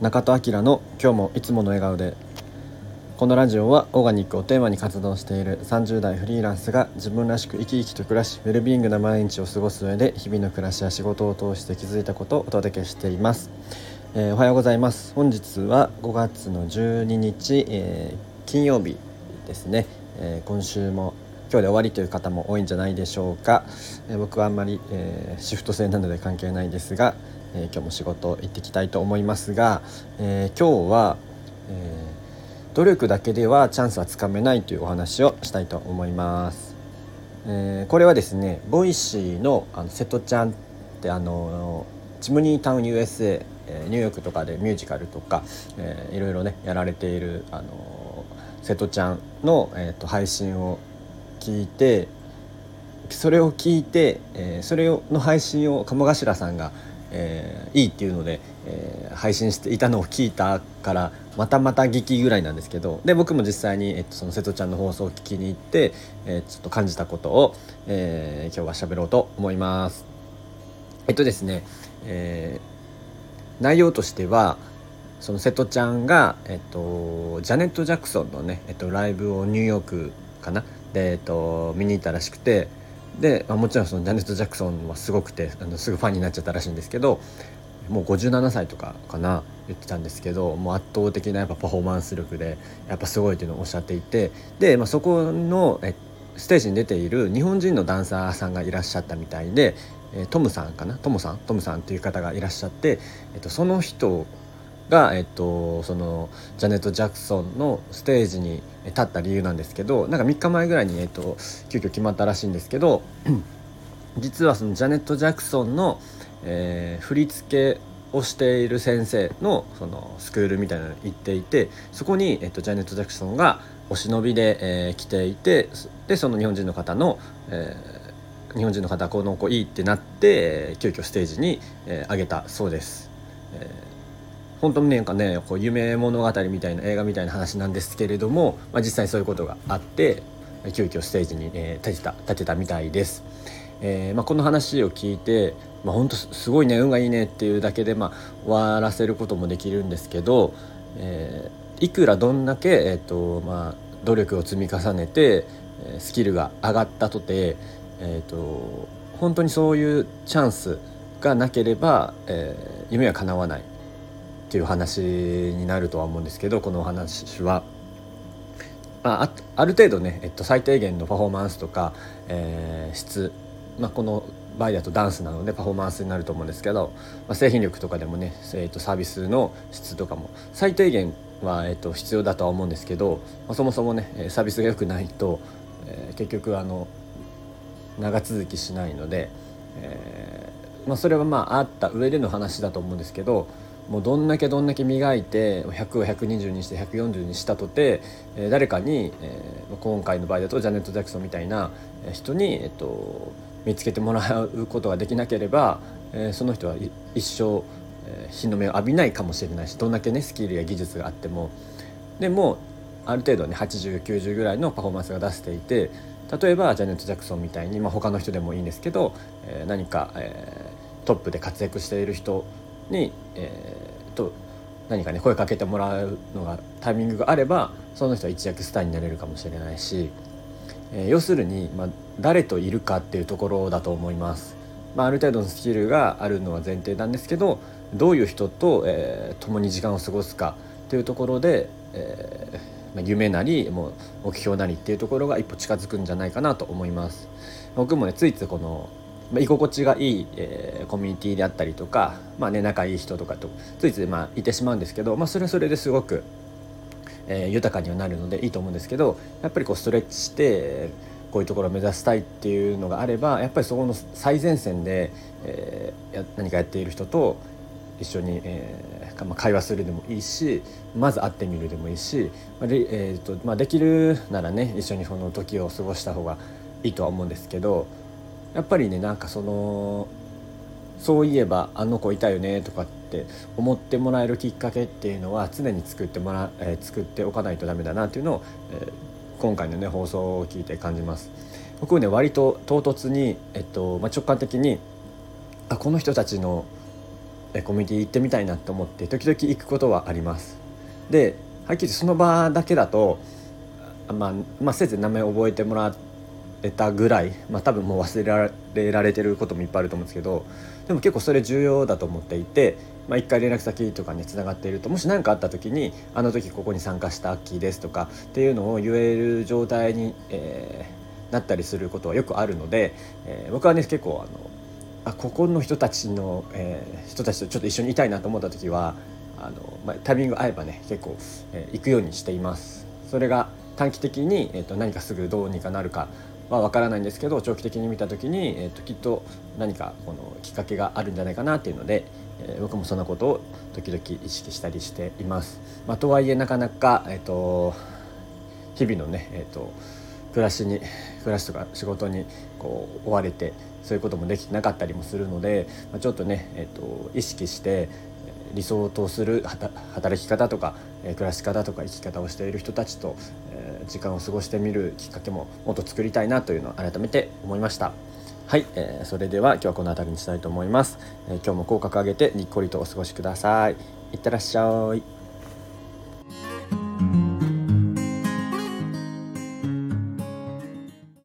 中戸明の今日もいつもの笑顔で。このラジオはオーガニックをテーマに活動している30代フリーランスが自分らしく生き生きと暮らし、ウェルビーイングな毎日を過ごす上で日々の暮らしや仕事を通して気づいたことをお届けしています。おはようございます。本日は5月の12日、金曜日ですね。今週も今日で終わりという方も多いんじゃないでしょうか。僕はあんまり、シフト制なので関係ないですが、今日も仕事行ってきたいと思いますが、今日は、努力だけではチャンスはつかめないというお話をしたいと思います。これはですね、ボイシーの、瀬戸ちゃんってチムニータウン USA、ニューヨークとかでミュージカルとか、いろいろねやられている瀬戸ちゃんの、配信を聞いて、それを聞いて、それの配信を鴨頭さんが、いいっていうので、配信していたのを聞いたからまた聞きぐらいなんですけど、で僕も実際に、その瀬戸ちゃんの放送を聞きに行って、ちょっと感じたことを、今日は喋ろうと思います。ですね、内容としてはその瀬戸ちゃんが、ジャネット・ジャクソンのね、ライブをニューヨークかなで、見に行ったらしくて、で、もちろんそのジャネット・ジャクソンはすごくてすぐファンになっちゃったらしいんですけど、もう57歳とかかな言ってたんですけど、もう圧倒的なやっぱパフォーマンス力でやっぱすごいっていうのをおっしゃっていて、で、そこのステージに出ている日本人のダンサーさんがいらっしゃったみたいで、トムさんっていう方がいらっしゃって、その人が、そのジャネット・ジャクソンのステージに立った理由なんですけど、なんか3日前ぐらいに、急遽決まったらしいんですけど実はそのジャネット・ジャクソンの、振り付けをしている先生のそのスクールみたいなのに行っていて、そこに、ジャネット・ジャクソンがお忍びで、来ていて、でその日本人の方この子いいってなって、急遽ステージに、上げたそうです。本当になんかね、こう夢物語みたいな映画みたいな話なんですけれども、実際そういうことがあって急遽ステージに、立てたみたいです。この話を聞いて、本当すごいね、運がいいねっていうだけで、終わらせることもできるんですけど、いくらどんだけ、努力を積み重ねてスキルが上がったとて、本当にそういうチャンスがなければ、夢は叶わないっていう話になるとは思うんですけど、このお話は、ある程度ね、最低限のパフォーマンスとか、質、この場合だとダンスなのでパフォーマンスになると思うんですけど、製品力とかでもね、サービスの質とかも最低限は、必要だとは思うんですけど、そもそもねサービスが良くないと、結局長続きしないので、それはあった上での話だと思うんですけど、もうどんだけ磨いて100を120にして140にしたとて、誰かに、今回の場合だとジャネット・ジャクソンみたいな人に、見つけてもらうことができなければ、その人は一生、日の目を浴びないかもしれないし、どんだけねスキルや技術があっても、でもある程度ね80、90ぐらいのパフォーマンスが出していて、例えばジャネット・ジャクソンみたいに、他の人でもいいんですけど、何か、トップで活躍している人に、何かね声かけてもらうのがタイミングがあれば、その人は一躍スターになれるかもしれないし、要するに、誰といるかっていうところだと思います。ある程度のスキルがあるのは前提なんですけど、どういう人と、共に時間を過ごすかっていうところで、夢なりもう目標なりっていうところが一歩近づくんじゃないかなと思います。僕もねついついこの居心地がいい、コミュニティであったりとか、仲いい人とかとついついいてしまうんですけど、それはそれですごく、豊かにはなるのでいいと思うんですけど、やっぱりこうストレッチしてこういうところを目指したいっていうのがあれば、やっぱりそこの最前線で、何かやっている人と一緒に、会話するでもいいし、まず会ってみるでもいいし、できるならね一緒にその時を過ごした方がいいとは思うんですけど、やっぱりねそういえばあの子いたよねとかって思ってもらえるきっかけっていうのは常に作っておかないとダメだなっていうのを、今回のね放送を聞いて感じます。僕ね割と唐突に、直感的にこの人たちのコミュニティ行ってみたいなと思って時々行くことはあります。ではっきりその場だけだとせいぜい名前覚えてもらえたぐらい、多分もう忘れられてることもいっぱいあると思うんですけど、でも結構それ重要だと思っていて、一回連絡先とかにつながっていると、もし何かあった時にあの時ここに参加したアッキーですとかっていうのを言える状態に、なったりすることはよくあるので、僕はね結構ここの人たちの、人たちとちょっと一緒にいたいなと思った時はタイミング合えばね結構、行くようにしています。それが短期的に、何かすぐどうにかなるかは分からないんですけど、長期的に見た時に、きっと何かこのきっかけがあるんじゃないかなっていうので、僕もそんなことを時々意識したりしています。とはいえなかなか、日々のね、暮らしとか仕事にこう追われてそういうこともできてなかったりもするので、ちょっとね、意識して理想とする働き方とか、暮らし方とか生き方をしている人たちと、時間を過ごしてみるきっかけももっと作りたいなというのを改めて思いました。はい、それでは今日はこの辺りにしたいと思います。今日も口角上げてにっこりとお過ごしください。いってらっしゃい。